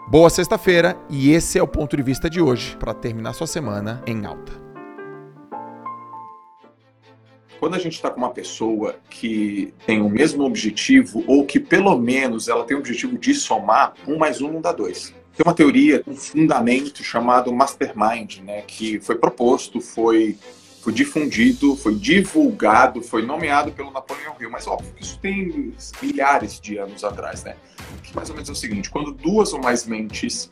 Boa sexta-feira e esse é o ponto de vista de hoje para terminar sua semana em alta. Quando a gente está com uma pessoa que tem o mesmo objetivo ou que pelo menos ela tem o objetivo de somar, 1 mais 1 não dá 2. Tem uma teoria, um fundamento chamado Mastermind, né, que foi proposto, foi difundido, foi divulgado, foi nomeado pelo Napoleão Hill, mas óbvio que isso tem milhares de anos atrás, né? Que mais ou menos é o seguinte: quando 2 ou mais mentes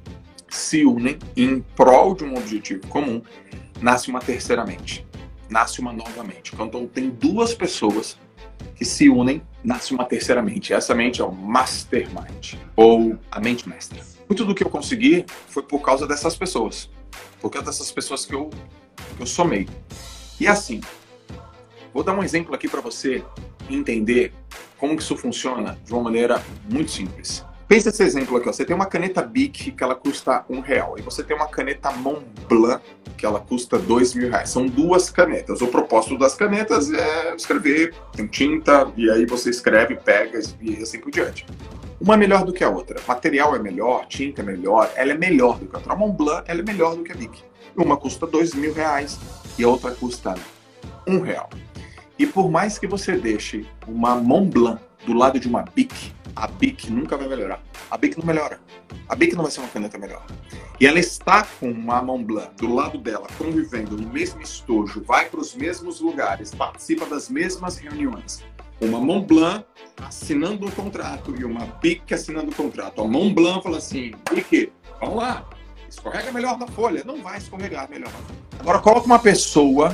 se unem em prol de um objetivo comum, nasce uma terceira mente, nasce uma nova mente. Quando tem 2 pessoas que se unem, nasce uma terceira mente. Essa mente é o Mastermind, ou a mente mestra. Muito do que eu consegui foi por causa dessas pessoas, por causa dessas pessoas que eu somei. E assim, vou dar um exemplo aqui para você entender como que isso funciona de uma maneira muito simples. Pensa esse exemplo aqui, ó. Você tem uma caneta Bic que ela custa R$1 e você tem uma caneta Montblanc que ela custa R$2.000. São 2 canetas. O propósito das canetas é escrever, tem tinta, e aí você escreve, pega e assim por diante. Uma é melhor do que a outra. O material é melhor, tinta é melhor, ela é melhor do que a outra. A Montblanc, ela é melhor do que a Bic. Uma custa R$2.000 e a outra custa R$1. E por mais que você deixe uma Montblanc do lado de uma Bic, a Bic nunca vai melhorar. A Bic não melhora. A Bic não vai ser uma caneta melhor. E ela está com uma Montblanc do lado dela, convivendo no mesmo estojo, vai para os mesmos lugares, participa das mesmas reuniões. Uma Montblanc assinando um contrato e uma Bic assinando um contrato. A Montblanc fala assim: Bic, vamos lá, escorrega melhor na folha. Não vai escorregar melhor na folha. Agora coloca uma pessoa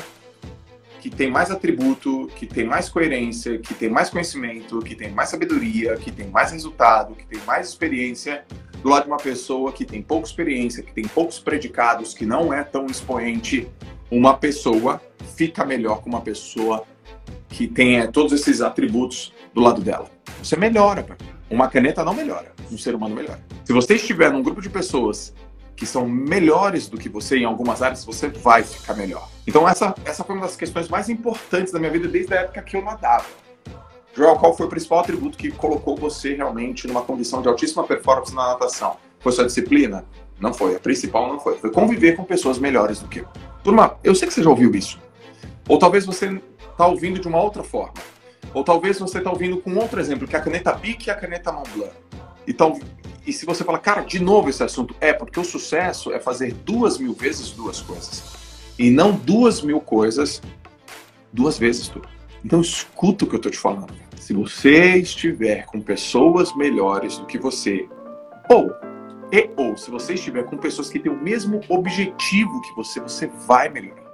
que tem mais atributo, que tem mais coerência, que tem mais conhecimento, que tem mais sabedoria, que tem mais resultado, que tem mais experiência, do lado de uma pessoa que tem pouca experiência, que tem poucos predicados, que não é tão expoente. Uma pessoa fica melhor com uma pessoa que tem todos esses atributos do lado dela. Você melhora. Uma caneta não melhora, um ser humano melhora. Se você estiver num grupo de pessoas que são melhores do que você em algumas áreas, você vai ficar melhor. Então essa foi uma das questões mais importantes da minha vida desde a época que eu nadava. Joel, qual foi o principal atributo que colocou você realmente numa condição de altíssima performance na natação? Foi sua disciplina? Não foi. A principal não foi. Foi conviver com pessoas melhores do que eu. Turma, eu sei que você já ouviu isso. Ou talvez você está ouvindo de uma outra forma. Ou talvez você está ouvindo com outro exemplo, que é a caneta Bic e a caneta Montblanc. E se você fala, cara, de novo esse assunto, porque o sucesso é fazer 2.000 vezes 2 coisas. E não 2.000 coisas 2 vezes tudo. Então escuta o que eu tô te falando. Se você estiver com pessoas melhores do que você, ou se você estiver com pessoas que têm o mesmo objetivo que você vai melhorar.